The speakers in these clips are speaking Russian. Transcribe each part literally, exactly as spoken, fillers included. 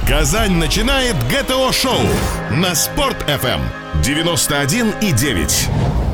Казань начинает ГТО-шоу на Спорт-эф эм девяносто один и девять.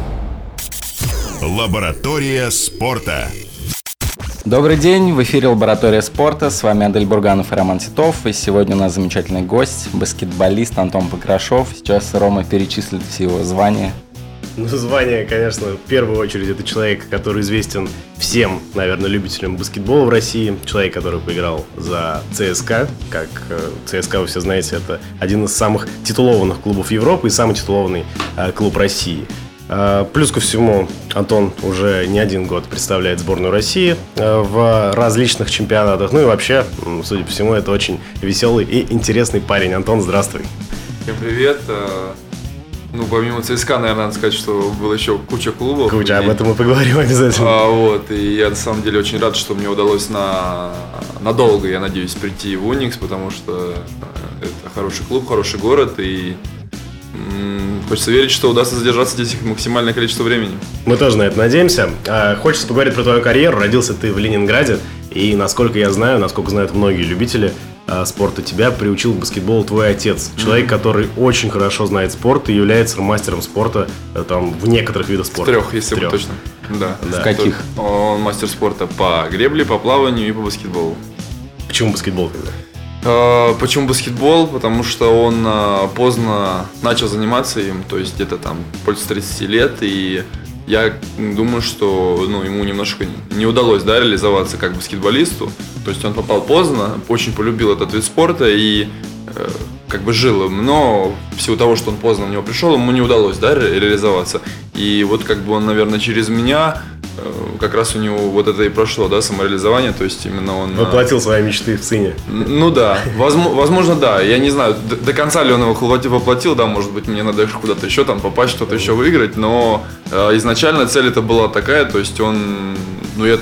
Лаборатория спорта. Добрый день, в эфире Лаборатория спорта, с вами Адель Бурганов и Роман Титов, и сегодня у нас замечательный гость, баскетболист Антон Покрашов. Сейчас Рома перечислит все его звания. Ну, звание, конечно, в первую очередь это человек, который известен всем, наверное, любителям баскетбола в России. Человек, который поиграл за ЦСКА. Как ЦСКА, вы все знаете, это один из самых титулованных клубов Европы и самый титулованный э, клуб России. Э, плюс ко всему, Антон уже не один год представляет сборную России э, в различных чемпионатах. Ну и вообще, судя по всему, это очень веселый и интересный парень. Антон, здравствуй. Всем привет. Ну, помимо ЦСКА, наверное, надо сказать, что было еще куча клубов. Куча, и, об этом мы поговорим обязательно. А, вот, и я на самом деле очень рад, что мне удалось на надолго, я надеюсь, прийти в Уникс, потому что это хороший клуб, хороший город, и м- хочется верить, что удастся задержаться здесь максимальное количество времени. Мы тоже на это надеемся. А, хочется поговорить про твою карьеру. Родился ты в Ленинграде, и, насколько я знаю, насколько знают многие любители спорта, тебя приучил к баскетболу твой отец. Человек, mm-hmm. который очень хорошо знает спорт и является мастером спорта там, в некоторых видах спорта. В трех, если быть точно. Да. В каких? Он мастер спорта по гребле, по плаванию и по баскетболу. Почему баскетбол тогда? А, почему баскетбол? Потому что он а, поздно начал заниматься им, то есть где-то там больше тридцати лет, и я думаю, что ну, ему немножко не удалось, да, реализоваться как баскетболисту. То есть он попал поздно, очень полюбил этот вид спорта и э, как бы жил им. Но в силу того, что он поздно в него пришел, ему не удалось, да, ре- реализоваться. И вот как бы он, наверное, через меня э, как раз у него вот это и прошло, да, самореализование. То есть именно он... Воплотил свои мечты в сыне. Ну да, возможно, возможно, да. Я не знаю, до, до конца ли он его воплотил, да, может быть, мне надо куда-то еще там попасть, что-то еще выиграть. Но э, изначально цель это была такая, то есть он, ну я...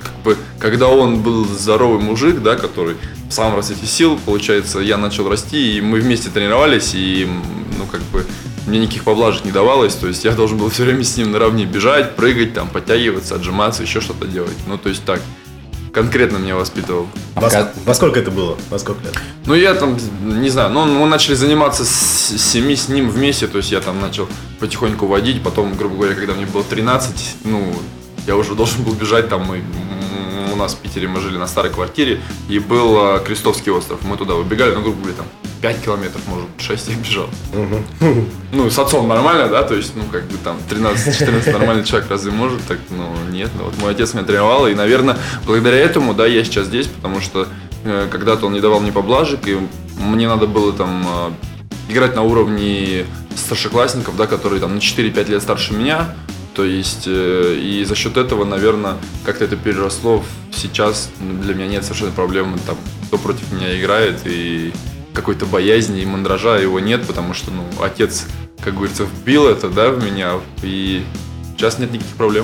Когда он был здоровый мужик, да, который в самом расцвете сил, получается, я начал расти, и мы вместе тренировались, и, ну, как бы, мне никаких поблажек не давалось, то есть я должен был все время с ним наравне бежать, прыгать, там, подтягиваться, отжиматься, еще что-то делать. Ну, то есть так, конкретно меня воспитывал. Во, во сколько это было? Во сколько лет? Ну, я там, не знаю, ну, мы начали заниматься с семи с ним вместе, то есть я там начал потихоньку водить, потом, грубо говоря, когда мне было тринадцать, ну, я уже должен был бежать, там, мы... У нас в Питере мы жили на старой квартире, и был Крестовский остров. Мы туда выбегали, ну, грубо говоря, там пять километров, может, шесть я бежал. Uh-huh. Ну, с отцом нормально, да, то есть, ну, как бы там тринадцать-четырнадцать нормальный человек разве может, так, ну, нет. Ну, вот мой отец меня тренировал, и, наверное, благодаря этому, да, я сейчас здесь, потому что э, когда-то он не давал мне поблажек, и мне надо было там э, играть на уровне старшеклассников, да, которые там на четыре-пять лет старше меня. То есть, э, и за счет этого, наверное, как-то это переросло. Сейчас для меня нет совершенно проблемы, там, кто против меня играет, и какой-то боязни и мандража его нет, потому что, ну, отец, как говорится, вбил это, да, в меня, и сейчас нет никаких проблем.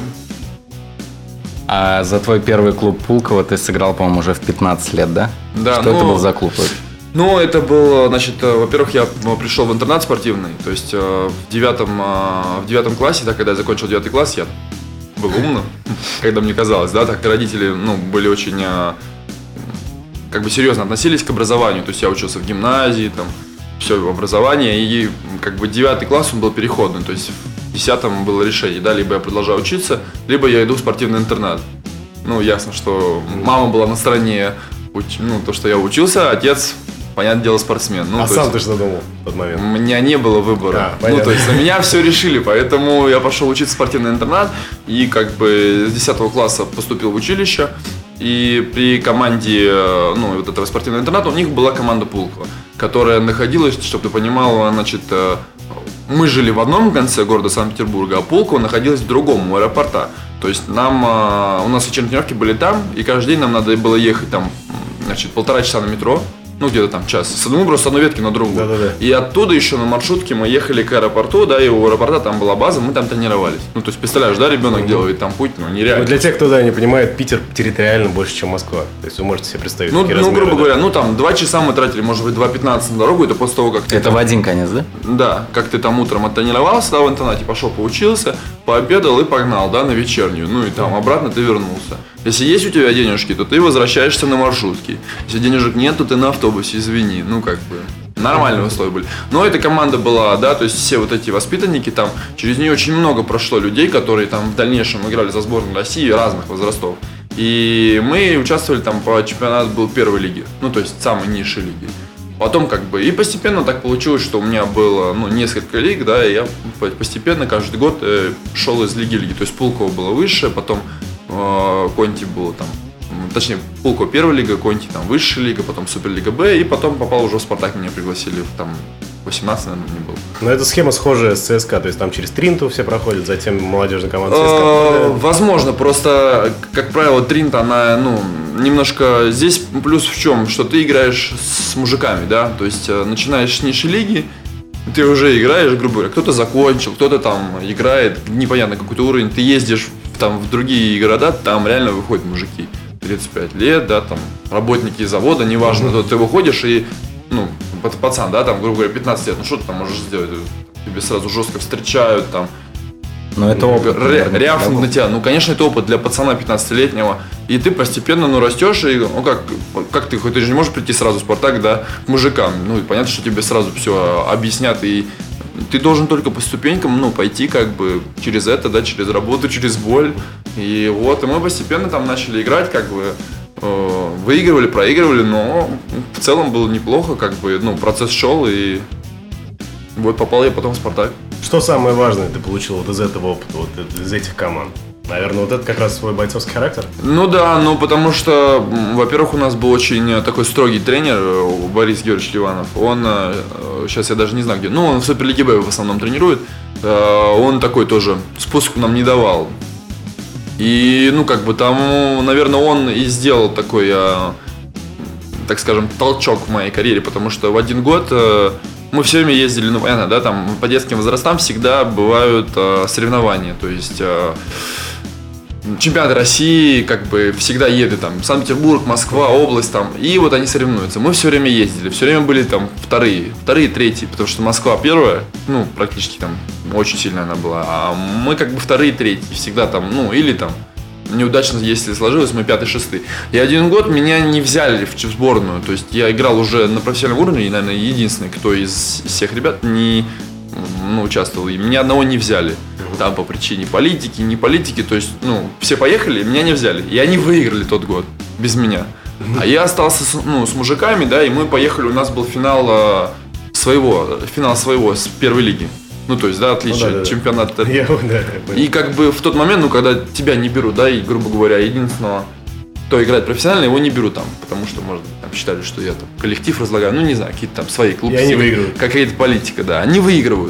А за твой первый клуб Пулково ты сыграл, по-моему, уже в пятнадцать лет, да? Да. Что ну... это был за клуб? Ну, это был, значит, во-первых, я пришел в интернат спортивный, то есть в девятом, в девятом классе, да, когда я закончил девятый класс, я был умным, когда мне казалось, да, так родители, ну, были очень, как бы серьезно относились к образованию, то есть я учился в гимназии, там, все образование, и как бы девятый класс, он был переходный, то есть в десятом было решение, да, либо я продолжаю учиться, либо я иду в спортивный интернат. Ну, ясно, что мама была на стороне, ну, то, что я учился, отец... Понятное дело, спортсмен. Ну, а сам есть, ты что думал в тот момент? У меня не было выбора. А, ну, то есть, за меня все решили, поэтому я пошел учиться в спортивный интернат. И как бы с десятого класса поступил в училище. И при команде, ну, вот этого спортивного интерната у них была команда Пулково, которая находилась, чтобы ты понимал, значит, мы жили в одном конце города Санкт-Петербурга, а Пулково находилась в другом, у аэропорта. То есть, нам, у нас вечерние тренировки были там, и каждый день нам надо было ехать там, значит, полтора часа на метро. Ну, где-то там час. С одного просто с одной ветки на другую. Да-да-да. И оттуда еще на маршрутке мы ехали к аэропорту, да, и у аэропорта там была база, мы там тренировались. Ну, то есть, представляешь, да, ребенок mm-hmm. делает там путь, ну, нереально. Ну, для тех, кто, да, не понимает, Питер территориально больше, чем Москва. То есть, вы можете себе представить, ну, какие ну, размеры. грубо да? говоря, ну, там, два часа мы тратили, может быть, два пятнадцать на дорогу, это после того, как ты... Это там, в один конец, да? Да, как ты там утром оттренировался, да, в интернате, пошел поучился, пообедал и погнал, да, на вечернюю. Ну, и там обратно ты вернулся. Если есть у тебя денежки, то ты возвращаешься на маршрутке. Если денежек нет, то ты на автобусе, извини. Ну, как бы, нормальные условия были. Но эта команда была, да, то есть все вот эти воспитанники, там, через нее очень много прошло людей, которые там в дальнейшем играли за сборную России разных возрастов. И мы участвовали там по чемпионату был первой лиги, ну, то есть самой низшей лиги. Потом как бы, и постепенно так получилось, что у меня было, ну, несколько лиг, да, и я постепенно каждый год э, шел из лиги в лиги. То есть Пулково было выше, потом э, Конти было там, точнее, Пулково первая лига, Конти там высшая лига, потом Суперлига Б, и потом попал уже в Спартак, меня пригласили в там восемнадцать, наверное, не было. Но эта схема схожая с ЦСКА, то есть там через Тринту все проходят, затем молодежная команда Э, ЦСКА. Возможно, просто, как правило, Тринта, она, ну, немножко... Здесь плюс в чем, что ты играешь с мужиками, да, то есть э, начинаешь с низшей лиги, ты уже играешь, грубо говоря, кто-то закончил, кто-то там играет, непонятно какой-то уровень, ты ездишь там в другие города, там реально выходят мужики, тридцать пять лет, да, там, работники завода, неважно, mm-hmm. то ты выходишь и, ну, пацан, да, там, грубо говоря, пятнадцать лет, ну что ты там можешь сделать, тебе сразу жестко встречают, там, но это опыт, Ря- рявкнут на тебя. Ну, конечно, это опыт для пацана пятнадцатилетнего. И ты постепенно, ну, растешь, и, ну, как, как ты, хоть ты же не можешь прийти сразу в Спартак, да, к мужикам. Ну, и понятно, что тебе сразу все объяснят, и ты должен только по ступенькам, ну, пойти, как бы, через это, да, через работу, через боль. И вот, и мы постепенно там начали играть, как бы, э, выигрывали, проигрывали, но в целом было неплохо, как бы, ну, процесс шел, и вот попал я потом в Спартак. Что самое важное ты получил вот из этого опыта, вот из этих команд? Наверное, вот это как раз свой бойцовский характер? Ну да, ну потому что, во-первых, у нас был очень такой строгий тренер, Борис Георгиевич Ливанов. Он, сейчас я даже не знаю где, ну он в Суперлиге Б в основном тренирует. Он такой тоже спуск нам не давал. И, ну как бы там, наверное, он и сделал такой, так скажем, толчок в моей карьере, потому что в один год... Мы все время ездили, ну понятно, да, там по детским возрастам всегда бывают э, соревнования, то есть э, чемпионаты России, как бы всегда едут там Санкт-Петербург, Москва, область там, и вот они соревнуются. Мы все время ездили, все время были там вторые, вторые, третьи, потому что Москва первая, ну практически там очень сильная она была, а мы как бы вторые, третьи, всегда там, ну или там. Неудачно, если сложилось, мы пятый, шестый. И один год меня не взяли в сборную. То есть я играл уже на профессиональном уровне, и, наверное, единственный, кто из всех ребят не ну, участвовал. И меня одного не взяли. Там по причине политики, не политики. То есть, ну, все поехали, меня не взяли. И они выиграли тот год без меня. А я остался с, ну, с мужиками, да, и мы поехали. У нас был финал своего, финал своего с первой лиги. Ну, то есть, да, отличие, ну, да, чемпионат. Да, Я, да, и как бы в тот момент, ну, когда тебя не берут, да, и, грубо говоря, единственного, кто играет профессионально, его не берут там, потому что, может быть, там считали, что я там коллектив разлагаю, ну, не знаю, какие-то там свои клубы. И они выигрывают. Какая-то политика, да, они выигрывают.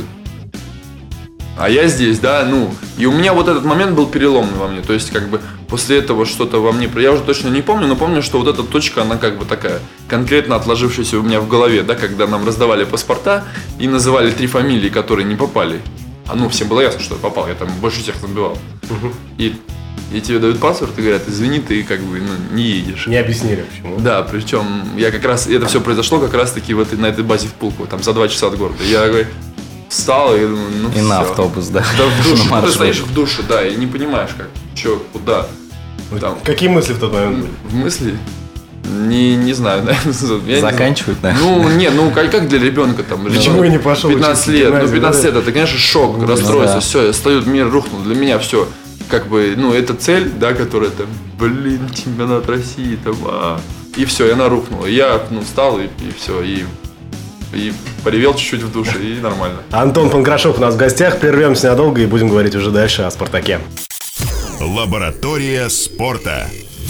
А я здесь, да, ну, и у меня вот этот момент был переломный во мне, то есть, как бы, после этого что-то во мне, я уже точно не помню, но помню, что вот эта точка, она как бы такая, конкретно отложившаяся у меня в голове, да, когда нам раздавали паспорта и называли три фамилии, которые не попали. А ну, всем было ясно, что я попал, я там больше всех набивал. Угу. И, и тебе дают паспорт и говорят, извини, ты как бы ну, не едешь. Не объяснили почему. Да, причем я как раз, это все произошло как раз таки вот на этой базе в Пулково, там за два часа от города. Я говорю, встал и думаю, ну и все. на автобус, да. Да, в душе, ты стоишь в душе, да, и не понимаешь, как, что, куда. Там. Какие мысли в тот момент были? В мысли? Не, не знаю, да. Заканчивать, да? Ну, не, ну как, как для ребенка там. Почему я не пошел? пятнадцать лет, ну пятнадцать лет, это, конечно, шок, ну, расстройство, да. все, стою, мир рухнул. Для меня все, как бы, ну, это цель, да, которая там, блин, чемпионат России, там, а. И все, и она рухнула. И я, ну, встал, и, и все, и, и поревел чуть-чуть в душе, и нормально. Антон Панкрашов у нас в гостях, прервемся надолго и будем говорить уже дальше о «Спартаке». Лаборатория спорта.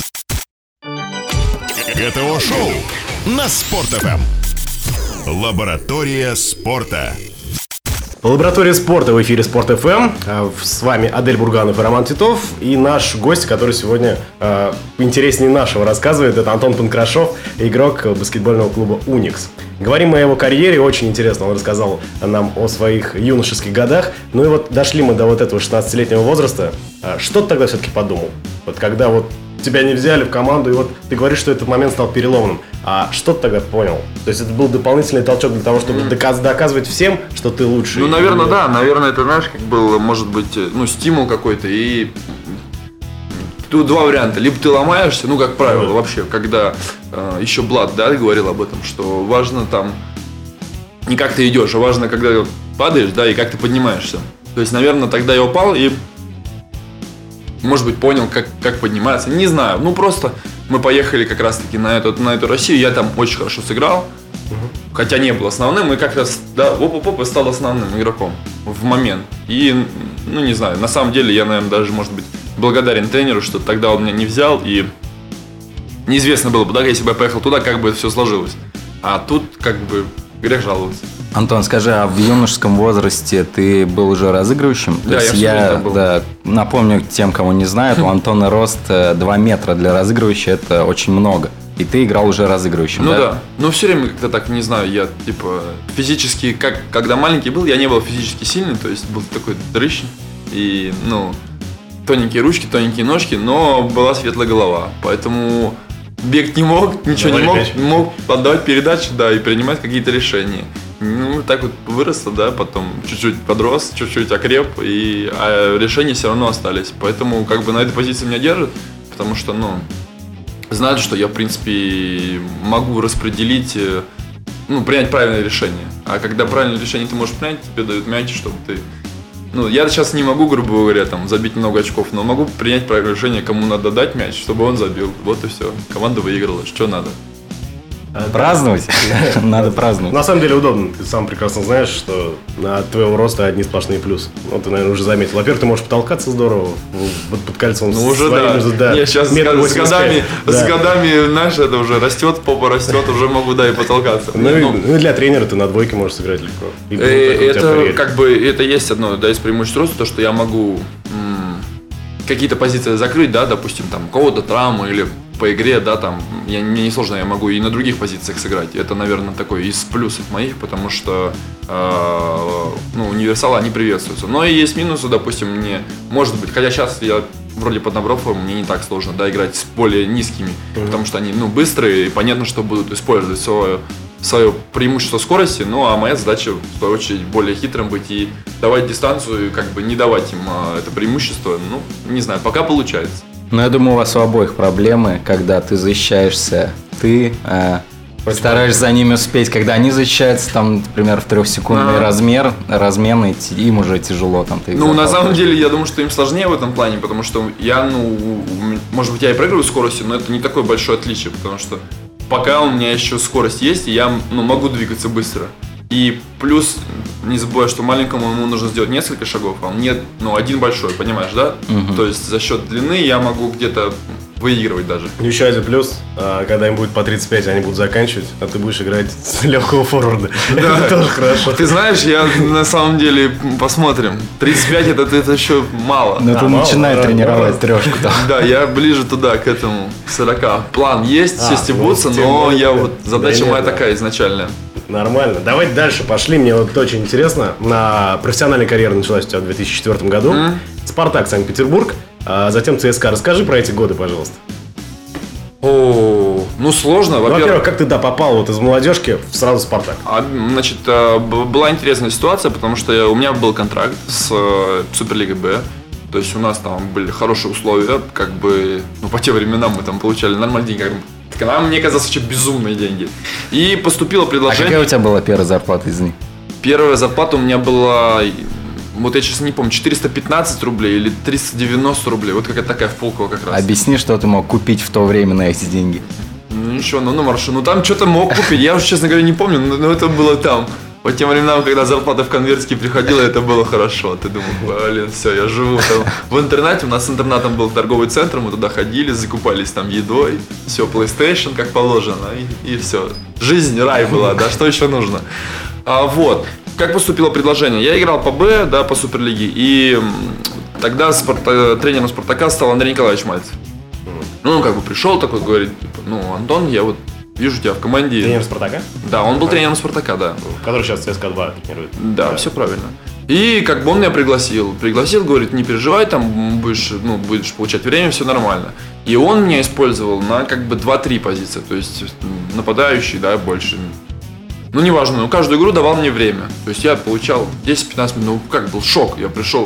ГТО-шоу на Спорт.ФМ. Лаборатория спорта. Лаборатория спорта в эфире Спорт.ФМ. С вами Адель Бурганов и Роман Титов. И наш гость, который сегодня э, интереснее нашего рассказывает, это Антон Панкрашов, игрок баскетбольного клуба «Уникс». Говорим мы о его карьере, очень интересно, он рассказал нам о своих юношеских годах. Ну и вот дошли мы до вот этого шестнадцатилетнего возраста. Что ты тогда все-таки подумал? Вот когда вот тебя не взяли в команду, и вот ты говоришь, что этот момент стал переломным. А что ты тогда понял? То есть это был дополнительный толчок для того, чтобы mm. доказ- доказывать всем, что ты лучший? Ну, наверное, или... да. Наверное, это, знаешь, как был, может быть, ну, стимул какой-то. И тут два варианта. Либо ты ломаешься, ну, как правило, вообще, когда э, еще Блад, да, говорил об этом, что важно там не как ты идешь, а важно, когда падаешь, да, и как ты поднимаешься. То есть, наверное, тогда я упал и, может быть, понял, как, как подниматься. Не знаю, ну, просто мы поехали как раз-таки на эту, на эту Россию, я там очень хорошо сыграл. Хотя не был основным, и как раз, да, оп-оп-оп, и стал основным игроком в момент. И, ну, не знаю, на самом деле я, наверное, даже, может быть, благодарен тренеру, что тогда он меня не взял, и неизвестно было бы, да, если бы я поехал туда, как бы это все сложилось. А тут, как бы, грех жаловаться. Антон, скажи, а в юношеском возрасте ты был уже разыгрывающим? Да, То есть я, я был. Да, напомню тем, кого не знает, у Антона рост два метра для разыгрывающего, это очень много. И ты играл уже разыгрывающим, ну да? Ну да, но все время как-то так, не знаю, я типа физически, как когда маленький был, я не был физически сильный, то есть был такой дрыщ, и, ну, тоненькие ручки, тоненькие ножки, но была светлая голова, поэтому бегать не мог, ничего Давай не мог, пять. мог отдавать передачи, да, и принимать какие-то решения. Ну, так вот выросло, да, потом чуть-чуть подрос, чуть-чуть окреп, и а решения все равно остались, поэтому как бы на этой позиции меня держат, потому что, ну, знают, что я, в принципе, могу распределить, ну, принять правильное решение. А когда правильное решение ты можешь принять, тебе дают мяч, чтобы ты... Ну, я сейчас не могу, грубо говоря, там, забить много очков, но могу принять правильное решение, кому надо дать мяч, чтобы он забил. Вот и все. Команда выиграла. Что надо? Праздновать? Надо праздновать. На самом деле удобно. Ты сам прекрасно знаешь, что от твоего роста одни сплошные плюсы. Ну, ты, наверное, уже заметил. Во-первых, ты можешь потолкаться здорово под, под кольцом. Ну, уже да. Между, да. Не, сейчас с годами, да. с годами, знаешь, это уже растет, попа растет, уже могу, да, и потолкаться. Ну, ну, и, ну и для тренера ты на двойке можешь сыграть легко. И, э, это, как бы, это есть одно, да, из преимуществ роста, то, что я могу м- какие-то позиции закрыть, да, допустим, там, у кого-то травму или по игре, да, там, я, мне не сложно, я могу и на других позициях сыграть. Это, наверное, такой из плюсов моих, потому что, э, ну, универсалы, они приветствуются. Но и есть минусы, допустим, мне, может быть, хотя сейчас я вроде поднабрал форму, мне не так сложно, да, играть с более низкими, mm-hmm. потому что они, ну, быстрые, и понятно, что будут использовать свое, свое преимущество скорости, ну, а моя задача, в свою очередь, более хитрым быть и давать дистанцию, и как бы не давать им а, это преимущество, ну, не знаю, пока получается. Ну, я думаю, у вас у обоих проблемы, когда ты защищаешься, ты э, стараешься за ними успеть, когда они защищаются, там, например, в трехсекундный а. размер, размен, им уже тяжело там. Ты ну, на самом деле, я думаю, что им сложнее в этом плане, потому что я, ну, может быть, я и проигрываю скоростью, но это не такое большое отличие, потому что пока у меня еще скорость есть, и я, ну, могу двигаться быстро. И плюс, не забывай, что маленькому ему нужно сделать несколько шагов, а мне, ну, один большой, понимаешь, да? Угу. То есть за счет длины я могу где-то выигрывать даже. Еще один плюс, когда им будет по тридцать пять, они будут заканчивать, а ты будешь играть с легкого форварда. Да, это тоже хорошо. Ты знаешь, я на самом деле, посмотрим, тридцать пять это, это еще мало. Ну, ты начинай тренировать трешку. Да, я ближе туда, к этому, к сорока. План есть, все стебутся, но я вот, задача моя такая изначальная. Нормально. Давайте дальше пошли. Мне вот очень интересно. На профессиональная карьера началась у тебя в две тысячи четвёртом году. Mm. Спартак, Санкт-Петербург, а затем ЦСКА. Расскажи про эти годы, пожалуйста. О, ну сложно. Во-первых, во-первых, как ты да, попал вот из молодежки в сразу в Спартак? А, значит, была интересная ситуация, потому что у меня был контракт с Суперлигой Б. То есть у нас там были хорошие условия, как бы, ну, по тем временам мы там получали нормальные деньги. Нам, мне казалось, вообще безумные деньги. И поступило предложение. А какая у тебя была первая зарплата из них? Первая зарплата у меня была, вот я сейчас не помню, четыреста пятнадцать рублей или триста девяносто рублей. Вот какая-то такая в Пулково как раз. Объясни, что ты мог купить в то время на эти деньги. Ну ничего, ну на маршу. Ну там что-то мог купить. Я уже, честно говоря, не помню, но, но это было там. По тем временам, когда зарплата в конвертике приходила, это было хорошо. Ты думал, блин, все, я живу там. В интернате, у нас с интернатом был торговый центр, мы туда ходили, закупались там едой, все, PlayStation, как положено, и, и все. Жизнь, рай была, да, что еще нужно? А, вот, как поступило предложение? Я играл по Б, да, по Суперлиге, и тогда спорта, тренером Спартака стал Андрей Николаевич Мальцев. Ну, он как бы пришел такой, говорит, ну, Антон, я вот вижу тебя в команде. Тренер Спартака? Да, он был тренером Спартака, да. Который сейчас ЦСКА два тренирует. Да, да, все правильно. И как бы он меня пригласил. Пригласил, говорит, не переживай, там будешь, ну, будешь получать время, все нормально. И он меня использовал на как бы два-три позиции. То есть нападающий, да, больше. Ну, неважно, но каждую игру давал мне время. То есть я получал десять-пятнадцать минут. Ну, как был шок. Я пришел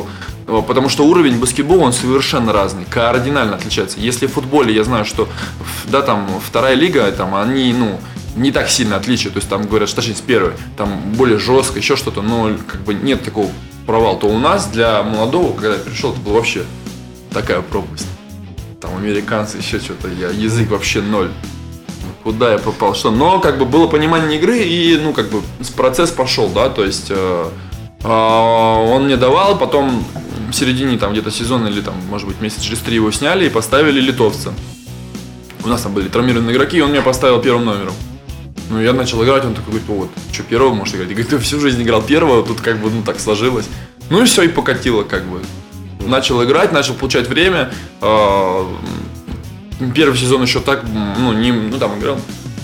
Потому что уровень баскетбола, он совершенно разный, кардинально отличается. Если в футболе я знаю, что да, там, вторая лига, там, они, ну, не так сильно отличия, то есть там говорят, что точнее с первой, там более жестко, еще что-то, но как бы нет такого провала, то у нас для молодого, когда я пришел, это была вообще такая пропасть. Там американцы, еще что-то, я язык вообще ноль. Куда я попал, что? Но как бы было понимание игры и, ну, как бы процесс пошел, да, то есть э, э, он мне давал, потом в середине там где-то сезона или там, может быть, месяца через три его сняли и поставили литовца. У нас там были травмированные игроки, и он меня поставил первым номером. Ну, я начал играть, он такой говорит, вот, что, первого можешь играть? Я говорю, ты всю жизнь играл первого, тут как бы, ну, так сложилось. Ну и все, и покатило, как бы. Начал играть, начал получать время. Э, Первый сезон еще так, ну, не, ну там играл,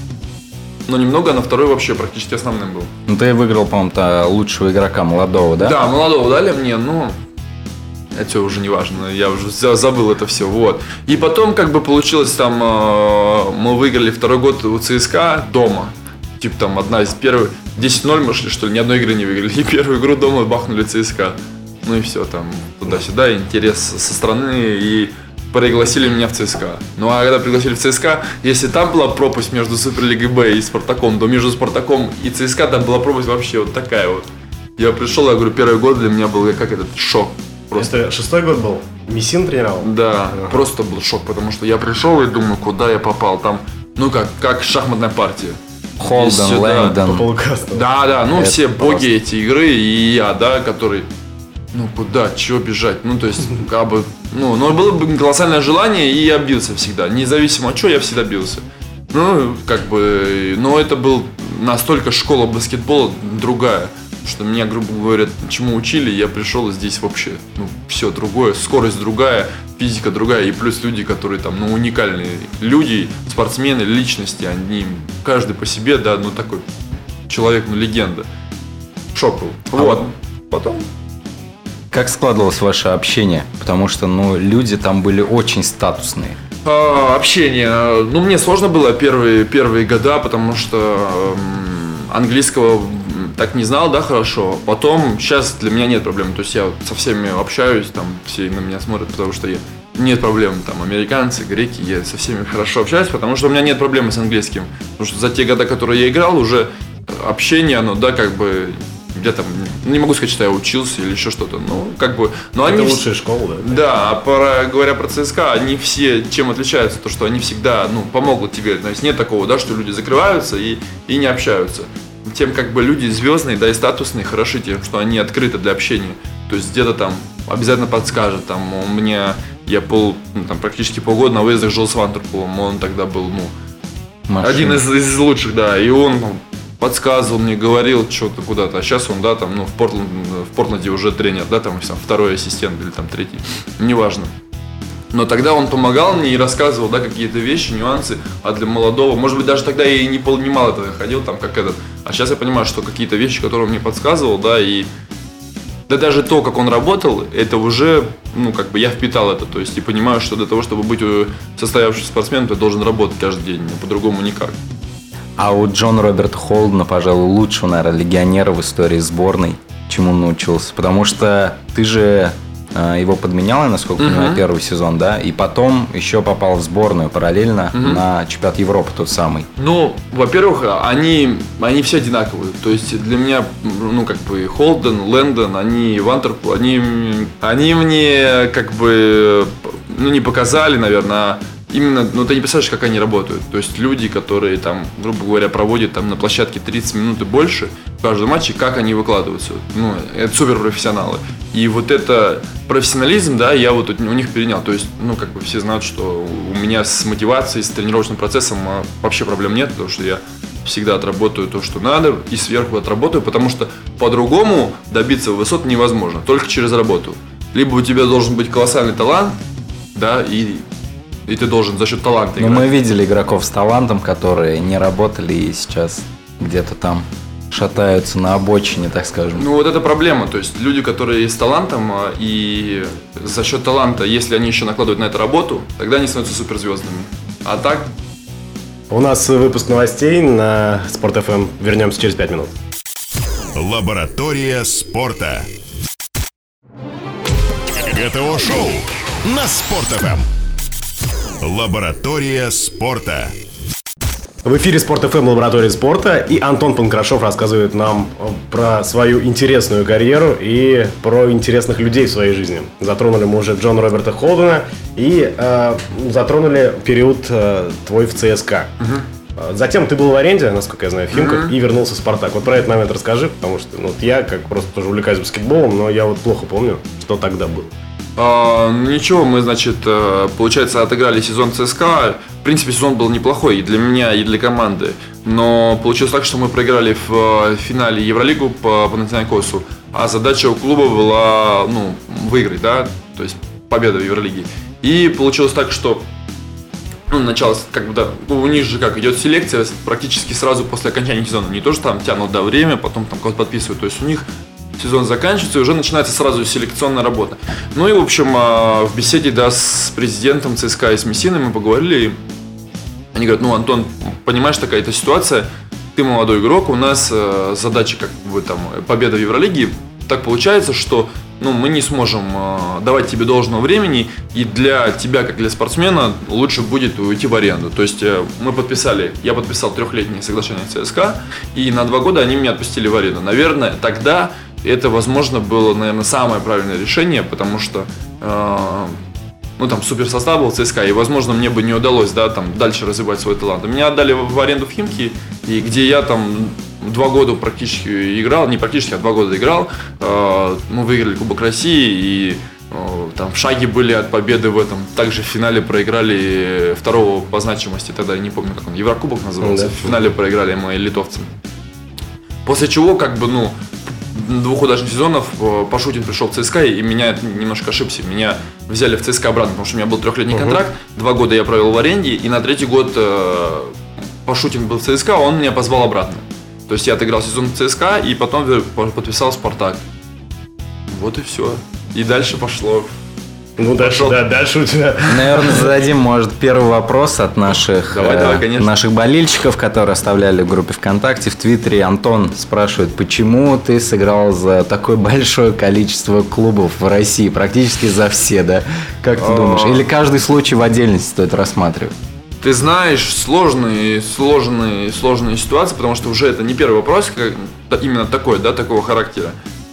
но немного, а на второй вообще практически основным был. Ну, ты выиграл, по-моему, лучшего игрока молодого, да? Да, молодого дали мне, но это уже не важно, я уже забыл это все, вот. И потом, как бы, получилось там, мы выиграли второй год у ЦСКА дома. Типа там одна из первых, десять ноль мы шли, что ли, ни одной игры не выиграли. И первую игру дома бахнули ЦСКА. Ну и все, там, туда-сюда, интерес со стороны, и пригласили меня в ЦСКА. Ну а когда пригласили в ЦСКА, если там была пропасть между Суперлигой Б и Спартаком, то между Спартаком и ЦСКА там была пропасть вообще вот такая вот. Я пришел, я говорю, первый год для меня был как этот шок. Просто. Это шестой год был? Мессин тренировал? Да, ага. Просто был шок, потому что я пришел и думаю, куда я попал. Там, ну как, как шахматная партия. Холден, Лэнгдон. Да, да, ну это все боги просто. Эти игры, и я, да, который... Ну куда, чего бежать? Ну то есть, как бы, ну, но было бы колоссальное желание, и я бился всегда. Независимо от чего, я всегда бился. Ну, как бы, но это был настолько школа баскетбола другая, что меня, грубо говоря, чему учили, я пришел, и здесь вообще, ну, все другое, скорость другая, физика другая, и плюс люди, которые там, ну, уникальные люди, спортсмены, личности, они, каждый по себе, да, ну, такой человек, ну, легенда. Шок был. А вот. Потом... Как складывалось ваше общение? Потому что, ну, люди там были очень статусные. А, общение. Ну, мне сложно было первые, первые года, потому что м, английского так не знал, да, хорошо. Потом, сейчас для меня нет проблем. То есть я со всеми общаюсь, там, все на меня смотрят, потому что я... Нет проблем, там, американцы, греки, я со всеми хорошо общаюсь, потому что у меня нет проблемы с английским. Потому что за те года, которые я играл, уже общение, оно, да, как бы... Я там не могу сказать, что я учился или еще что-то, но как бы... Но это они лучшая вс... школа, да? Да, а про, говоря про ЦСКА, они все чем отличаются, то что они всегда, ну, помогут тебе. То есть нет такого, да, что люди закрываются и, и не общаются. Тем как бы люди звездные, да, и статусные хороши тем, что они открыты для общения. То есть где-то там обязательно подскажет, там, у меня, я пол, ну, там, практически полгода на выездах жил с Вантерпулом, он тогда был, ну, Машина. один из, из лучших, да, и он, ну, подсказывал мне, говорил что-то куда-то, а сейчас он, да, там, ну, в Портленде, в Портленде уже тренер, да, там, второй ассистент или там третий, неважно. Но тогда он помогал мне и рассказывал, да, какие-то вещи, нюансы, а для молодого, может быть, даже тогда я и не понимал этого, я ходил там как этот, а сейчас я понимаю, что какие-то вещи, которые он мне подсказывал, да, и да даже то, как он работал, это уже, ну, как бы я впитал это, то есть и понимаю, что для того, чтобы быть состоявшимся спортсменом, ты должен работать каждый день, а по-другому никак. А у Джона Роберта Холдена, пожалуй, лучшего, наверное, легионера в истории сборной, чему он научился. Потому что ты же э, его подменял, насколько я понимаю, uh-huh. первый сезон, да? И потом еще попал в сборную параллельно uh-huh. на чемпионат Европы тот самый. Ну, во-первых, они, они все одинаковые. То есть для меня, ну, как бы, Холден, Лэндон, они, Вантерпул, они, они мне, как бы, ну, не показали, наверное, именно, ну ты не представляешь, как они работают. То есть люди, которые там, грубо говоря, проводят там на площадке тридцать минут и больше в каждом матче, как они выкладываются. Ну, это суперпрофессионалы. И вот это профессионализм, да, я вот у них перенял. То есть, ну, как бы все знают, что у меня с мотивацией, с тренировочным процессом вообще проблем нет, потому что я всегда отработаю то, что надо, и сверху отработаю, потому что по-другому добиться высот невозможно, только через работу. Либо у тебя должен быть колоссальный талант, да, и И ты должен за счет таланта играть. Ну, мы видели игроков с талантом, которые не работали и сейчас где-то там шатаются на обочине, так скажем. Ну, вот это проблема. То есть люди, которые с талантом, и за счет таланта, если они еще накладывают на это работу, тогда они становятся суперзвездами. А так... У нас выпуск новостей на Спорт эф эм. Вернемся через пять минут. Лаборатория спорта. ГТО-шоу на Спорт.ФМ. Лаборатория спорта. В эфире Спорт эф эм, лаборатория спорта, и Антон Панкрашов рассказывает нам про свою интересную карьеру и про интересных людей в своей жизни. Затронули мы уже Джона Роберта Холдена и э, затронули период э, твой в ЦСКА. Угу. Затем ты был в аренде, насколько я знаю, в Химках, угу. и вернулся в Спартак. Вот про этот момент расскажи, потому что ну, вот я как просто тоже увлекаюсь баскетболом, но я вот плохо помню, что тогда было. А, ничего, мы, значит, получается, отыграли сезон ЦСКА. В принципе, сезон был неплохой и для меня, и для команды. Но получилось так, что мы проиграли в финале Евролигу по Панатинаикосу. А задача у клуба была, ну, выиграть, да, то есть победа в Евролиге. И получилось так, что ну, началось, как бы, да, ну, у них же как, идет селекция практически сразу после окончания сезона. Не то, что там тянут до время, потом там кого-то подписывают. То есть у них сезон заканчивается, и уже начинается сразу селекционная работа. Ну и, в общем, в беседе, да, с президентом ЦСКА и с Мессиной мы поговорили. Они говорят, ну, Антон, понимаешь, такая-то ситуация, ты молодой игрок, у нас задача, как бы, там, победа в Евролиге. Так получается, что ну, мы не сможем давать тебе должного времени, и для тебя, как для спортсмена, лучше будет уйти в аренду. То есть мы подписали, я подписал трехлетнее соглашение с ЦСКА, и на два года они меня отпустили в аренду. Наверное, тогда это, возможно, было, наверное, самое правильное решение, потому что э, ну, там, суперсостав был в ЦСКА, и, возможно, мне бы не удалось, да, там, дальше развивать свой талант. Меня отдали в аренду в Химки, и где я там два года практически играл, не практически, а два года играл. Э, мы выиграли Кубок России, и э, там в шаге были от победы в этом. Также в финале проиграли второго по значимости, тогда я не помню, как он, Еврокубок назывался. Mm-hmm. В финале проиграли мы литовцам. После чего, как бы, ну, двух удачных сезонов Пашутин пришел в ЦСКА, и меня немножко ошибся. Меня взяли в ЦСКА обратно, потому что у меня был трехлетний uh-huh. контракт. Два года я провел в аренде, и на третий год э, Пашутин был в ЦСКА, он меня позвал обратно. То есть я отыграл сезон в ЦСКА, и потом подписал Спартак. Вот и все. И дальше пошло. Ну, дальше, да, дальше у тебя. Наверное, зададим, может, первый вопрос от наших, давай, э, давай, конечно. наших болельщиков, которые оставляли в группе ВКонтакте, в Твиттере. Антон спрашивает, почему ты сыграл за такое большое количество клубов в России, практически за все, да? Как ты думаешь? Или каждый случай в отдельности стоит рассматривать? Ты знаешь, сложные, сложные, сложные ситуации, потому что уже это не первый вопрос, как, именно такой, да, такого характера.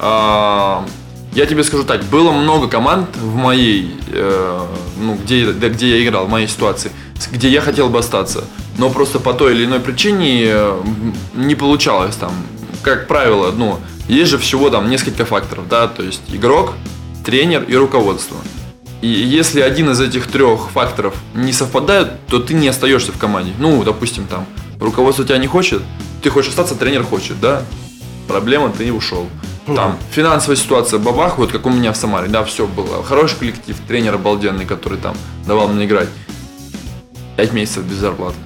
А, я тебе скажу так, было много команд в моей, э, ну, где, да, где я играл, в моей ситуации, где я хотел бы остаться, но просто по той или иной причине э, не получалось там. Как правило, ну, есть же всего там несколько факторов, да, то есть игрок, тренер и руководство. И если один из этих трех факторов не совпадает, то ты не остаешься в команде. Ну, допустим, там, руководство тебя не хочет, ты хочешь остаться, тренер хочет, да? Проблема, ты ушел. Там, финансовая ситуация, бабах, вот как у меня в Самаре, да, все было. Хороший коллектив, тренер обалденный, который там давал мне играть. Пять месяцев без зарплаты.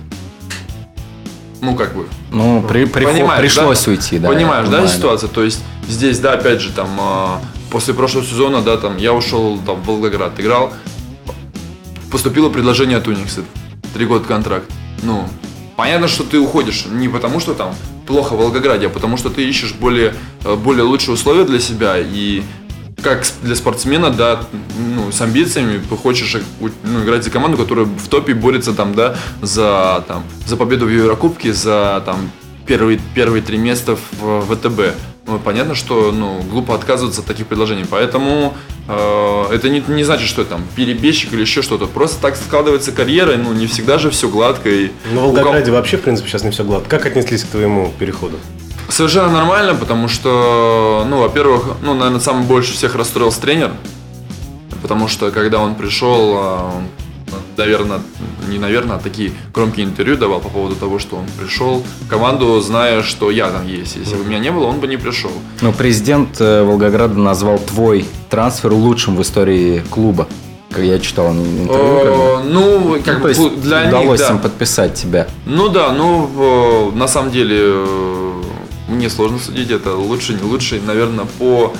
Ну, как бы. Ну, при, приход, пришлось да? уйти, да. Понимаешь, да, ситуация? То есть, здесь, да, опять же, там, после прошлого сезона, да, там, я ушел там, в Волгоград, играл. Поступило предложение от Уникса. Три года контракт. Ну, понятно, что ты уходишь не потому, что там плохо в Волгограде, а потому, что ты ищешь более, более лучшие условия для себя. И как для спортсмена, да, ну, с амбициями, ты хочешь ну, играть за команду, которая в топе борется там, да, за, там, за победу в Еврокубке, за там, первые, первые три места в ВТБ. Ну, понятно, что ну, глупо отказываться от таких предложений. Поэтому э, это не, не значит, что это там перебежчик или еще что-то. Просто так складывается карьера, ну не всегда же все гладко. И ну, в Волгограде вообще, в принципе, сейчас не все гладко. Как отнеслись к твоему переходу? Совершенно нормально, потому что, ну, во-первых, ну, наверное, самый больше всех расстроился тренер. Потому что, когда он пришел, он, наверное, не наверное, а такие громкие интервью давал по поводу того, что он пришел в команду, зная, что я там есть. Если бы меня не было, он бы не пришел. Ну, президент Волгограда назвал твой трансфер лучшим в истории клуба. Как я читал интервью. Ну, как бы для них, удалось им подписать тебя. Ну да, ну, на самом деле, мне сложно судить, это лучше, не лучше, наверное, по...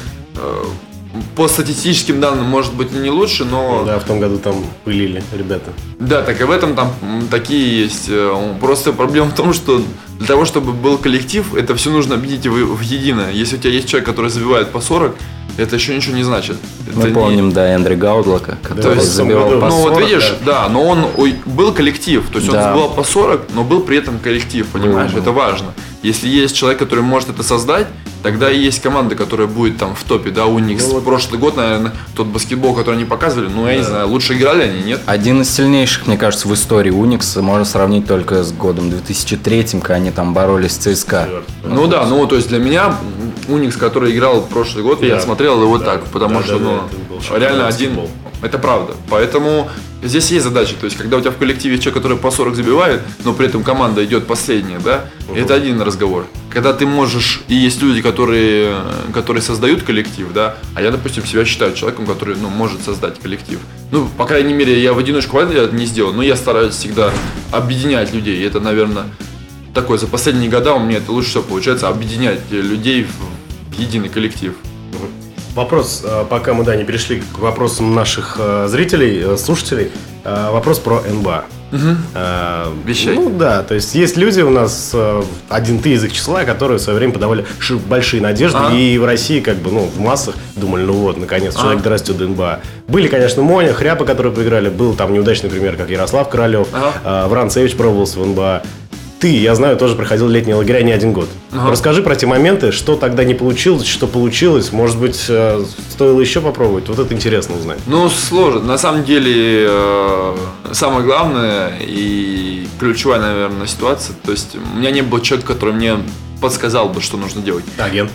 По статистическим данным, может быть, не лучше, но... Да, в том году там пылили ребята. Да, так и в этом там такие есть. Просто проблема в том, что Для того, чтобы был коллектив, это все нужно объединить в, в единое. Если у тебя есть человек, который забивает по сорок, это еще ничего не значит. Мы это помним, не... да, Эндрю Гаудлака, который есть, забивал по Ну сорок. вот видишь, да. да, но он ой, был коллектив, то есть да. он забивал по сорок, но был при этом коллектив, понимаешь, mm-hmm. это важно. Если есть человек, который может это создать, тогда и есть команда, которая будет там в топе, да, у них ну, вот... прошлый год, наверное, тот баскетбол, который они показывали, ну я да. не знаю, лучше играли они, нет? Один из сильнейших, мне кажется, в истории Уникса можно сравнить только с годом две тысячи третьим, когда они там боролись с ЦСКА. Ну да, ну то есть для меня Уникс, который играл прошлый год, да. я смотрел его да. так, потому да, что да, ну, да, реально один, футбол. Это правда. Поэтому здесь есть задача, то есть когда у тебя в коллективе человек, который по сорок забивает, но при этом команда идет последняя, да, угу. это один разговор. Когда ты можешь, и есть люди, которые, которые создают коллектив, да, а я, допустим, себя считаю человеком, который, ну, может создать коллектив. Ну, по крайней мере, я в одиночку это не сделал, но я стараюсь всегда объединять людей. И это, наверное, такое, за последние года у меня это лучше всего получается, объединять людей в единый коллектив. Вопрос, пока мы, да, не перешли к вопросам наших зрителей, слушателей, вопрос про эн бэ а. Угу. Вещай. Ну да, то есть есть люди у нас, один ты из их числа, которые в свое время подавали большие надежды, а? И в России, как бы, ну, в массах думали, ну вот, наконец, а? человек дорастет до эн бэ а. Были, конечно, Моня, Хряпа, которые поиграли, был там неудачный пример, как Ярослав Королев, ага. Вранцевич пробовался в эн бэ а. Ты, я знаю, тоже проходил летние лагеря не один год. Ага. Расскажи про те моменты, что тогда не получилось, что получилось. Может быть, стоило еще попробовать? Вот это интересно узнать. Ну, сложно. На самом деле, самое главное и ключевая, наверное, ситуация. То есть, у меня не было человека, который мне подсказал бы, что нужно делать. Агент?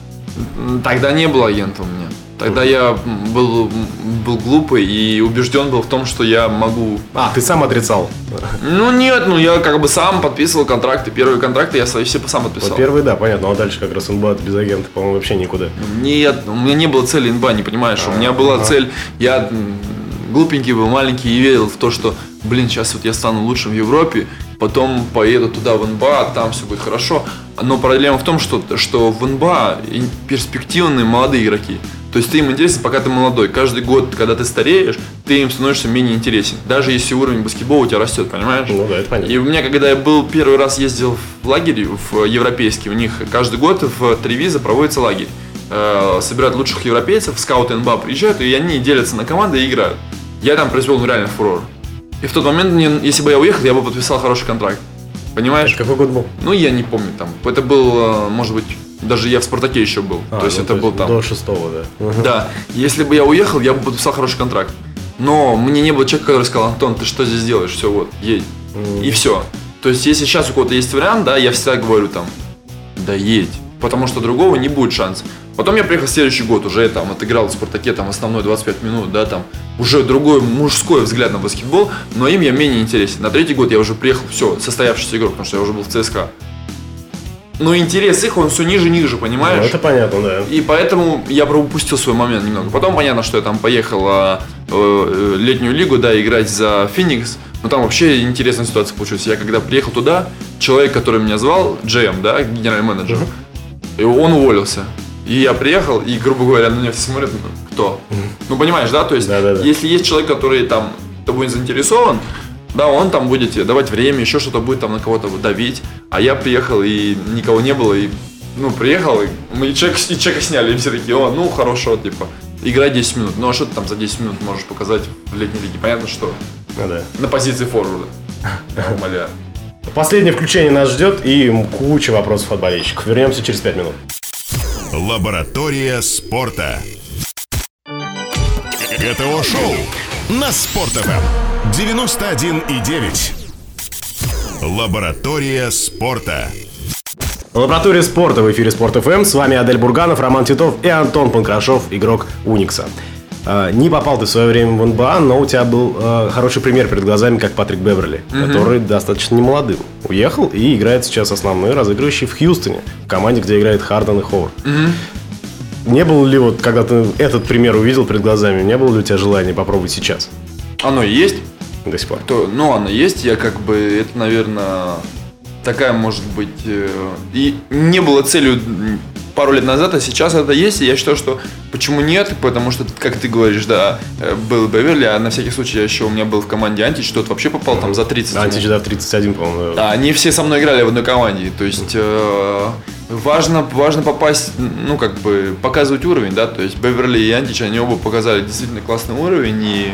Тогда не было агента у меня. Тогда я был, был глупый и убежден был в том, что я могу... А, ты сам отрицал? Ну нет, ну я как бы сам подписывал контракты. Первые контракты я свои все сам подписал. Вот первые, да, понятно. А дальше как раз эн бэ а без агента, по-моему, вообще никуда. Нет, у меня не было цели эн бэ а, не понимаешь. А, у меня была ага. цель... Я глупенький был, маленький и верил в то, что, блин, сейчас вот я стану лучшим в Европе, потом поеду туда в эн бэ а, там все будет хорошо. Но проблема в том, что, что в эн бэ а перспективные молодые игроки. То есть ты им интересен, пока ты молодой. Каждый год, когда ты стареешь, ты им становишься менее интересен. Даже если уровень баскетбола у тебя растет, понимаешь? Ну да, это понятно. И у меня, когда я был первый раз ездил в лагерь, в европейский, у них каждый год в Тревизо проводится лагерь. Собирают лучших европейцев, скауты эн бэ а приезжают, и они делятся на команды и играют. Я там произвел ну, реально фурор. И в тот момент, если бы я уехал, я бы подписал хороший контракт. Понимаешь? Это какой год был? Ну, я не помню там. Это был, может быть, даже я в «Спартаке» еще был. А, то есть ну, это то был есть там. До шестого, да. Угу. Да. Если бы я уехал, я бы подписал хороший контракт. Но мне не было человека, который сказал: Антон, ты что здесь делаешь? Все, вот, едь. Угу. И все. То есть, если сейчас у кого-то есть вариант, да, я всегда говорю там: да едь. Потому что другого не будет шанса. Потом я приехал в следующий год, уже там отыграл в «Спартаке» там основной двадцать пять минут, да, там уже другой мужской взгляд на баскетбол, но им я менее интересен. На третий год я уже приехал, все, состоявшийся игрок, потому что я уже был в ЦСКА. Но интерес их, он все ниже и ниже, понимаешь? Ну, это понятно, да. И поэтому я пропустил свой момент немного. Потом понятно, что я там поехал э, э, летнюю лигу, да, играть за «Феникс». Но там вообще интересная ситуация получилась. Я когда приехал туда, человек, который меня звал, джи эм, да, генеральный менеджер, uh-huh. и он уволился. И я приехал, и, грубо говоря, на меня все смотрят: кто? Mm. Ну, понимаешь, да? То есть, да, да, да. если есть человек, который там тобой заинтересован, да, он там будет тебе давать время, еще что-то будет там на кого-то давить. А я приехал, и никого не было, и, ну, приехал, и мы человека, и человека сняли, и все такие: о, ну, хорошо, типа, играй десять минут. Ну, а что ты там за десять минут можешь показать в летней лиге? Понятно, что ну, да. на позиции форварда. Умоляю. Последнее включение нас ждет, и куча вопросов от болельщиков. Вернемся через пять минут. Лаборатория спорта. ГТО-шоу на Спорт.ФМ девяносто один и девять. Лаборатория спорта. Лаборатория спорта в эфире Спорт.ФМ. С вами Адель Бурганов, Роман Титов и Антон Панкрашов, игрок Уникса. Не попал ты в свое время в эн бэ а, но у тебя был э, хороший пример перед глазами, как Патрик Беверли, mm-hmm. который достаточно немолодым. Уехал и играет сейчас основной разыгрывающий в Хьюстоне, в команде, где играет Харден и Ховард. Mm-hmm. Не было ли, вот, когда ты этот пример увидел перед глазами, не было ли у тебя желания попробовать сейчас? Оно и есть. До сих пор. То, ну, оно есть. Я как бы, это, наверное, такая, может быть... Э, и не было целью пару лет назад, а сейчас это есть, и я считаю, что почему нет, потому что, как ты говоришь, да, был Беверли, а на всякий случай еще у меня был в команде Антич, тот вообще попал там за тридцать. Антич, да, в тридцать один, по-моему. Да, они все со мной играли в одной команде, то есть э, важно, важно попасть, ну, как бы, показывать уровень, да, то есть Беверли и Антич, они оба показали действительно классный уровень, и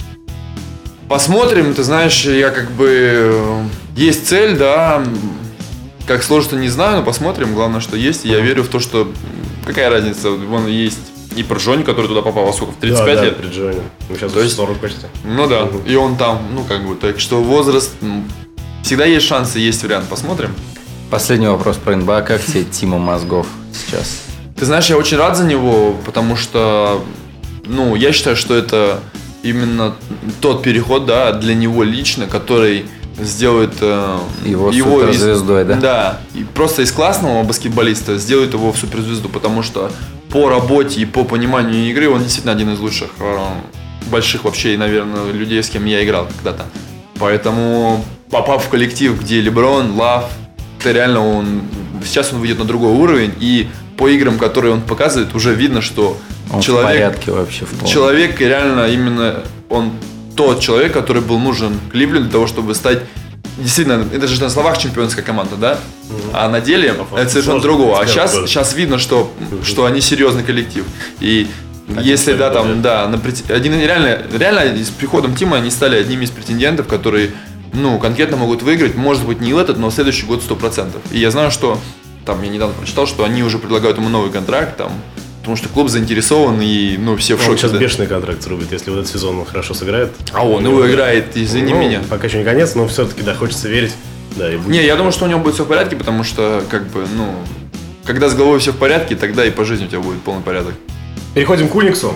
посмотрим, ты знаешь, я как бы, есть цель, да, как сложится, не знаю, но посмотрим, главное, что есть, и я верю в то, что, какая разница, вон есть и Пржонь, который туда попал, а сколько, в тридцать пять да, лет? Да, Пржонь, ну, сейчас то есть сорок почти. Ну да, угу. И он там, ну, как бы, так что возраст, ну, всегда есть шансы, есть вариант, посмотрим. Последний вопрос про эн бэ а, как тебе Тима Мозгов сейчас? Ты знаешь, я очень рад за него, потому что, ну, я считаю, что это именно тот переход, да, для него лично, который сделает э, его, его суперзвездой, из, да? Да, и просто из классного баскетболиста сделает его в суперзвезду, потому что по работе и по пониманию игры он действительно один из лучших, э, больших вообще, наверное, людей, с кем я играл когда-то. Поэтому, попав в коллектив, где Леброн, Лав, это реально он, сейчас он выйдет на другой уровень, и по играм, которые он показывает, уже видно, что он человек, в порядке вообще. В человек реально именно, он тот человек, который был нужен Кливленду для того, чтобы стать, действительно, это же на словах чемпионская команда, да? Mm-hmm. А на деле а это совершенно другого. А сейчас, сейчас видно, что, mm-hmm. что они серьезный коллектив. И один если, да, там, да, на, один, реально, реально с приходом Тима они стали одними из претендентов, которые, ну, конкретно могут выиграть, может быть, не в этот, но в следующий год сто процентов. И я знаю, что, там, я недавно прочитал, что они уже предлагают ему новый контракт, там, потому что клуб заинтересован, и, ну, все в шоке. Он сейчас да. бешеный контракт срубит, если вот этот сезон он хорошо сыграет. А он его играет, извини ну, меня. Пока еще не конец, но все-таки, да, хочется верить. Да, и будет. Не, я думаю, что у него будет все в порядке, потому что, как бы, ну, когда с головой все в порядке, тогда и по жизни у тебя будет полный порядок. Переходим к Униксу.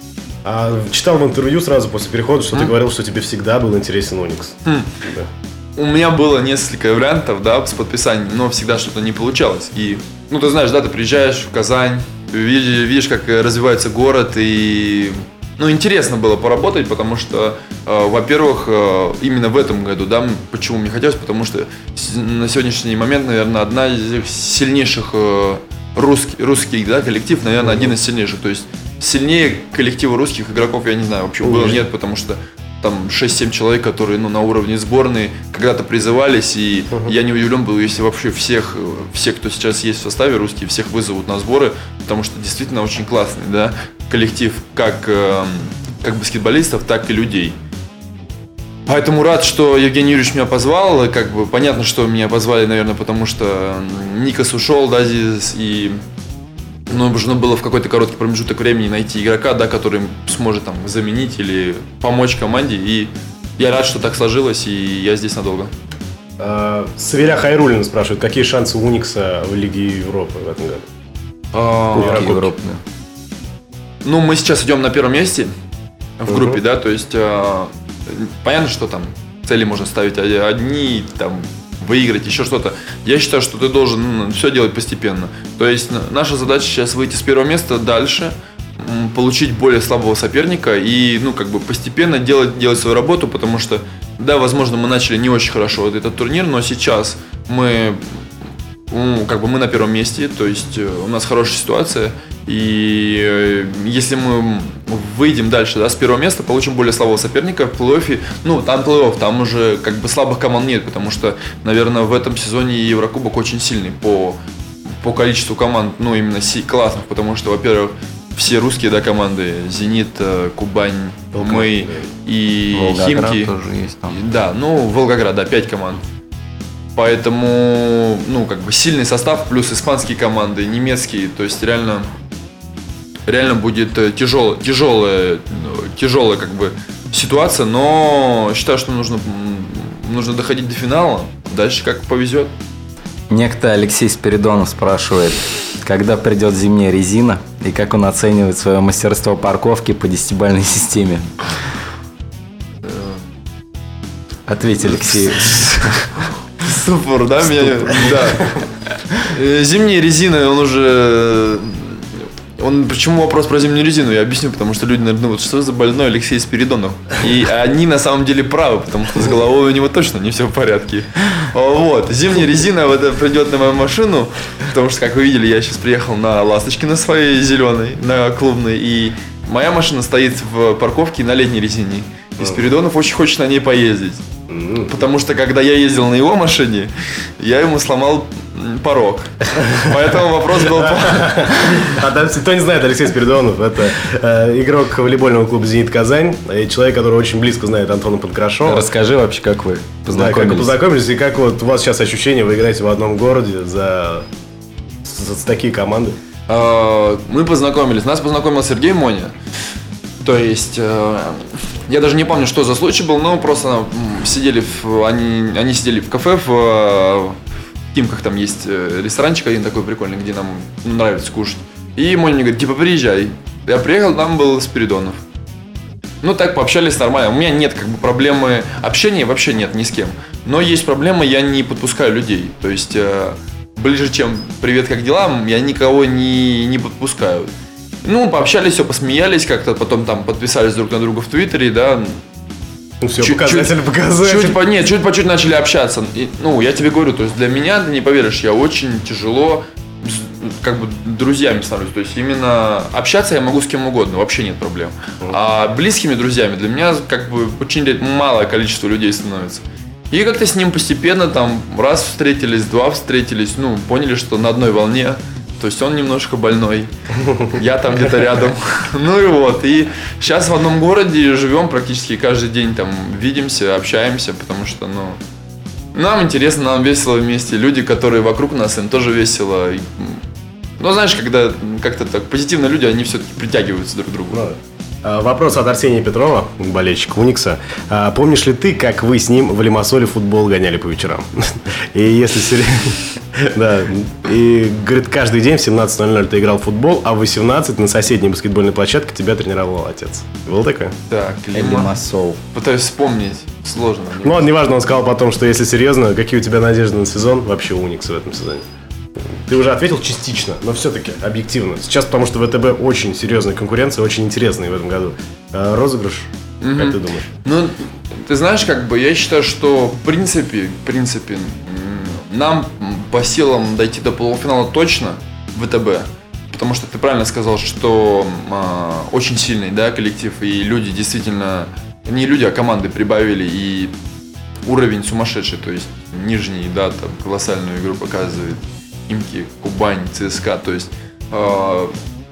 А, читал в интервью сразу после перехода, что mm. ты говорил, что тебе всегда был интересен Уникс. Mm. Да. У меня было несколько вариантов, да, с подписанием, но всегда что-то не получалось. И, ну, ты знаешь, да, ты приезжаешь в Казань, видишь, видишь, как развивается город, и, ну, интересно было поработать, потому что, э, во-первых, э, именно в этом году, да, почему мне хотелось, потому что на сегодняшний момент, наверное, одна из сильнейших э, русских, русских, да, коллектив, наверное, mm-hmm. один из сильнейших, то есть сильнее коллектива русских игроков, я не знаю, вообще было, нет, потому что там шесть-семь человек, которые, ну, на уровне сборной когда-то призывались, и uh-huh. я не удивлен был, если вообще всех, все, кто сейчас есть в составе русские, всех вызовут на сборы, потому что действительно очень классный, да, коллектив, как, э, как баскетболистов, так и людей. Поэтому рад, что Евгений Юрьевич меня позвал, как бы понятно, что меня позвали, наверное, потому что Никас ушел, да, здесь, и ну, нужно было в какой-то короткий промежуток времени найти игрока, да, который сможет там заменить или помочь команде. И я рад, что так сложилось, и я здесь надолго. А, Саверя Хайруллин спрашивает, какие шансы у Уникса в Лиге Европы в этом году? А, Европы. Ну, мы сейчас идем на первом месте в uh-huh. группе, да, то есть а, понятно, что там цели можно ставить одни, там, выиграть, еще что-то. Я считаю, что ты должен ну, все делать постепенно. То есть наша задача сейчас выйти с первого места дальше, получить более слабого соперника и, ну, как бы постепенно делать, делать свою работу, потому что, да, возможно, мы начали не очень хорошо вот этот турнир, но сейчас мы, ну, как бы мы на первом месте, то есть у нас хорошая ситуация, и если мы выйдем дальше, да, с первого места, получим более слабого соперника в плей-оффе, ну, там плей-офф, там уже как бы слабых команд нет, потому что, наверное, в этом сезоне Еврокубок очень сильный по, по количеству команд, ну, именно классных, потому что, во-первых, все русские, да, команды, Зенит, Кубань, Волгоград, мы и Волгоград Химки. Тоже есть там. Да, ну, Волгоград, да, пять команд. Поэтому, ну, как бы сильный состав, плюс испанские команды, немецкие, то есть реально, реально будет тяжелая, тяжелая, тяжелая, как бы, ситуация, но считаю, что нужно, нужно доходить до финала, дальше как повезет. Некто Алексей Спиридонов спрашивает, когда придет зимняя резина и как он оценивает свое мастерство парковки по десятибалльной системе. Ответь, Алексей. Супер, да, меня, да. Зимние резины, он уже, Он, почему вопрос про зимнюю резину, я объясню, потому что люди, наверное, вот что за больной Алексей Спиридонов. И они на самом деле правы, потому что с головой у него точно не все в порядке. Вот, зимняя резина это придет на мою машину, потому что, как вы видели, я сейчас приехал на ласточке на своей зеленой, на клубной, и моя машина стоит в парковке на летней резине. И Спиридонов очень хочет на ней поездить. Потому что, когда я ездил на его машине, я ему сломал порог. Поэтому вопрос был... Кто не знает, Алексей Спиридонов — это э, игрок волейбольного клуба «Зенит Казань», и человек, который очень близко знает Антона Подкрашова. Расскажи вообще, как вы познакомились. Да, как вы познакомились, и как вот у вас сейчас ощущение, вы играете в одном городе за, за, за такие команды? Мы познакомились. Нас познакомил Сергей Моня. То есть, э, я даже не помню, что за случай был, но просто сидели в, они, они сидели в кафе в, в Химках, там есть ресторанчик один такой прикольный, где нам нравится кушать. И Моня мне говорит, типа, приезжай. Я приехал, там был Спиридонов. Ну, так пообщались нормально. У меня нет как бы проблемы общения, вообще нет ни с кем. Но есть проблема, я не подпускаю людей. То есть, э, ближе, чем «привет, как дела», я никого не, не подпускаю. Ну, пообщались, все, посмеялись как-то, потом там подписались друг на друга в Твиттере, да. Ну, все, чуть, показатель, чуть, показатель. Чуть, нет, чуть по чуть начали общаться. И, ну, я тебе говорю, то есть для меня, ты не поверишь, я очень тяжело как бы друзьями становлюсь. То есть именно общаться я могу с кем угодно, вообще нет проблем. А близкими друзьями для меня как бы очень малое количество людей становится. И как-то с ним постепенно там раз встретились, два встретились, ну, поняли, что на одной волне. То есть он немножко больной, я там где-то рядом. Ну и вот. И сейчас в одном городе живем практически каждый день, там видимся, общаемся, потому что, ну, нам интересно, нам весело вместе. Люди, которые вокруг нас, им тоже весело. Ну, знаешь, когда как-то так позитивные люди, они все-таки притягиваются друг к другу. Вопрос от Арсения Петрова, болельщик Уникса. А, помнишь ли ты, как вы с ним в Лимассоле футбол гоняли по вечерам? И если серьезно... Да, и, говорит, каждый день в семнадцать ноль ноль ты играл в футбол, а в восемнадцать на соседней баскетбольной площадке тебя тренировал отец. Было такое? Так, Лимассол. Пытаюсь вспомнить. Сложно. Ну, он неважно, он сказал потом, что если серьезно, какие у тебя надежды на сезон, вообще у Уникса в этом сезоне? Ты уже ответил частично, но все-таки объективно. Сейчас, потому что ВТБ очень серьезная конкуренция, очень интересная в этом году. А розыгрыш, mm-hmm. как ты думаешь? Ну, ты знаешь, как бы, я считаю, что в принципе, в принципе, нам по силам дойти до полуфинала точно в ВТБ. Потому что ты правильно сказал, что э, очень сильный, да, коллектив, и люди действительно, не люди, а команды прибавили, и уровень сумасшедший, то есть нижний, да, там колоссальную игру показывает. Химки, Кубань, ЦСКА, то есть э,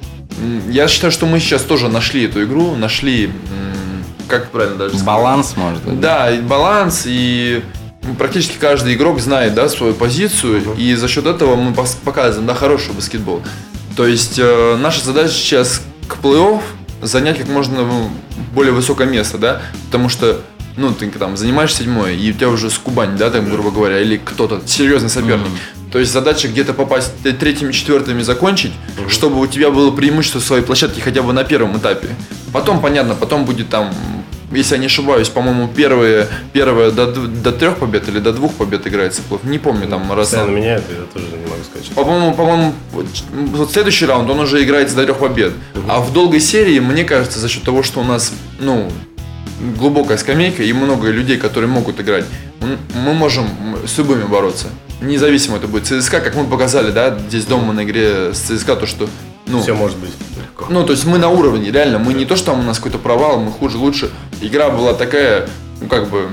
я считаю, что мы сейчас тоже нашли эту игру, нашли, как правильно даже сказать? Баланс, может быть. Да, и баланс, и практически каждый игрок знает, да, свою позицию, uh-huh. и за счет этого мы показываем, да, хороший баскетбол. То есть э, наша задача сейчас к плей-офф занять как можно более высокое место, да, потому что ну, ты там занимаешь седьмое, и у тебя уже с Кубань, да, там, грубо говоря, или кто-то серьезный соперник. Mm-hmm. То есть задача где-то попасть третьими, четвертыми закончить, mm-hmm. чтобы у тебя было преимущество своей площадки хотя бы на первом этапе. Потом, понятно, потом будет там, если я не ошибаюсь, по-моему, первые, первые до, до трех побед или до двух побед играется плей-офф. Не помню, там раз. Постоянно меняют, я тоже не могу сказать. По-моему, по-моему, вот следующий раунд, он уже играется до трех побед. Mm-hmm. А в долгой серии, мне кажется, за счет того, что у нас, ну, глубокая скамейка и много людей, которые могут играть, мы можем с любыми бороться. Независимо это будет ЦСКА, как мы показали, да, здесь дома на игре с ЦСКА, то что, ну, все может быть легко. Ну, то есть мы на уровне, реально, мы не то, что там у нас какой-то провал, мы хуже, лучше. Игра была такая, ну, как бы,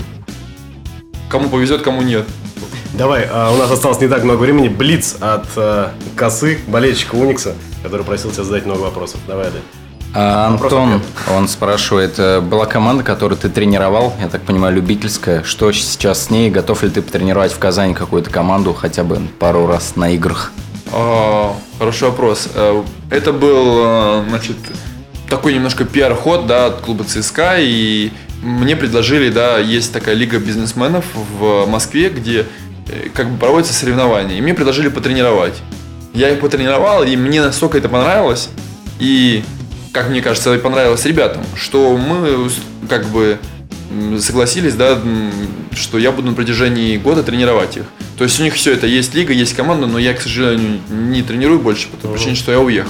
кому повезет, кому нет. Давай, а, у нас осталось не так много времени. Блиц от а, Косы, болельщика Уникса, который просил тебя задать много вопросов. Давай, Адель. А, Антон, он спрашивает, была команда, которую ты тренировал, я так понимаю, любительская. Что сейчас с ней? Готов ли ты потренировать в Казани какую-то команду хотя бы пару раз на играх? А, хороший вопрос. Это был, значит, такой немножко пиар-ход, да, от клуба ЦСКА, и мне предложили, да, есть такая лига бизнесменов в Москве, где как бы проводятся соревнования, и мне предложили потренировать. Я их потренировал, и мне настолько это понравилось, и как мне кажется, понравилось ребятам, что мы как бы согласились, да, что я буду на протяжении года тренировать их. То есть у них все это есть лига, есть команда, но я, к сожалению, не тренирую больше, по той причине, что я уехал.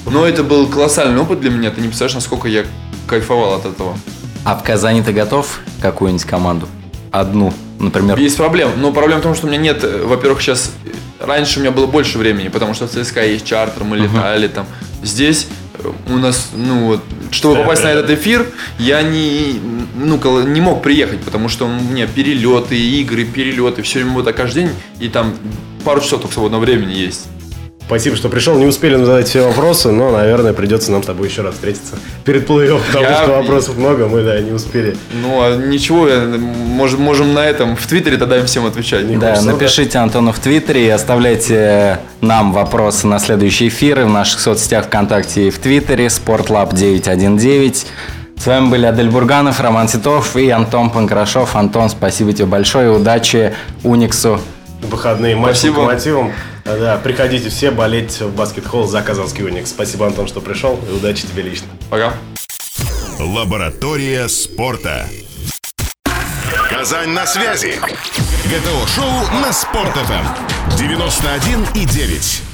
Но это был колоссальный опыт для меня. Ты не представляешь, насколько я кайфовал от этого. А в Казани ты готов какую-нибудь команду? Одну, например? Без проблем. Но проблема в том, что у меня нет, во-первых, сейчас... Раньше у меня было больше времени, потому что в ЦСКА есть чартер, мы летали uh-huh. там. Здесь у нас, ну вот, чтобы попасть на этот эфир, я не, ну, не мог приехать, потому что у меня перелеты, игры, перелеты, все время вот так каждый день, и там пару часов только свободного времени есть. Спасибо, что пришел. Не успели задать все вопросы, но, наверное, придется нам с тобой еще раз встретиться перед плей-офф, потому я... что вопросов много, мы, да, не успели. Ну, а ничего, можем, можем на этом в Твиттере тогда им всем отвечать. Не да, хочется, напишите да? Антону в Твиттере и оставляйте нам вопросы на следующие эфиры в наших соцсетях ВКонтакте и в Твиттере. Спортлаб девятьсот одиннадцать. С вами были Адель Бурганов, Роман Титов и Антон Панкрашов. Антон, спасибо тебе большое, удачи Униксу. Выходные матчи с Локомотивом. Да, приходите все болеть в баскет-холл за Казанский Уникс. Спасибо, Антон, что пришел, и удачи тебе лично. Пока. Лаборатория спорта. Казань на связи. ГТО-шоу на Спорт-ФМ девяносто один и девять.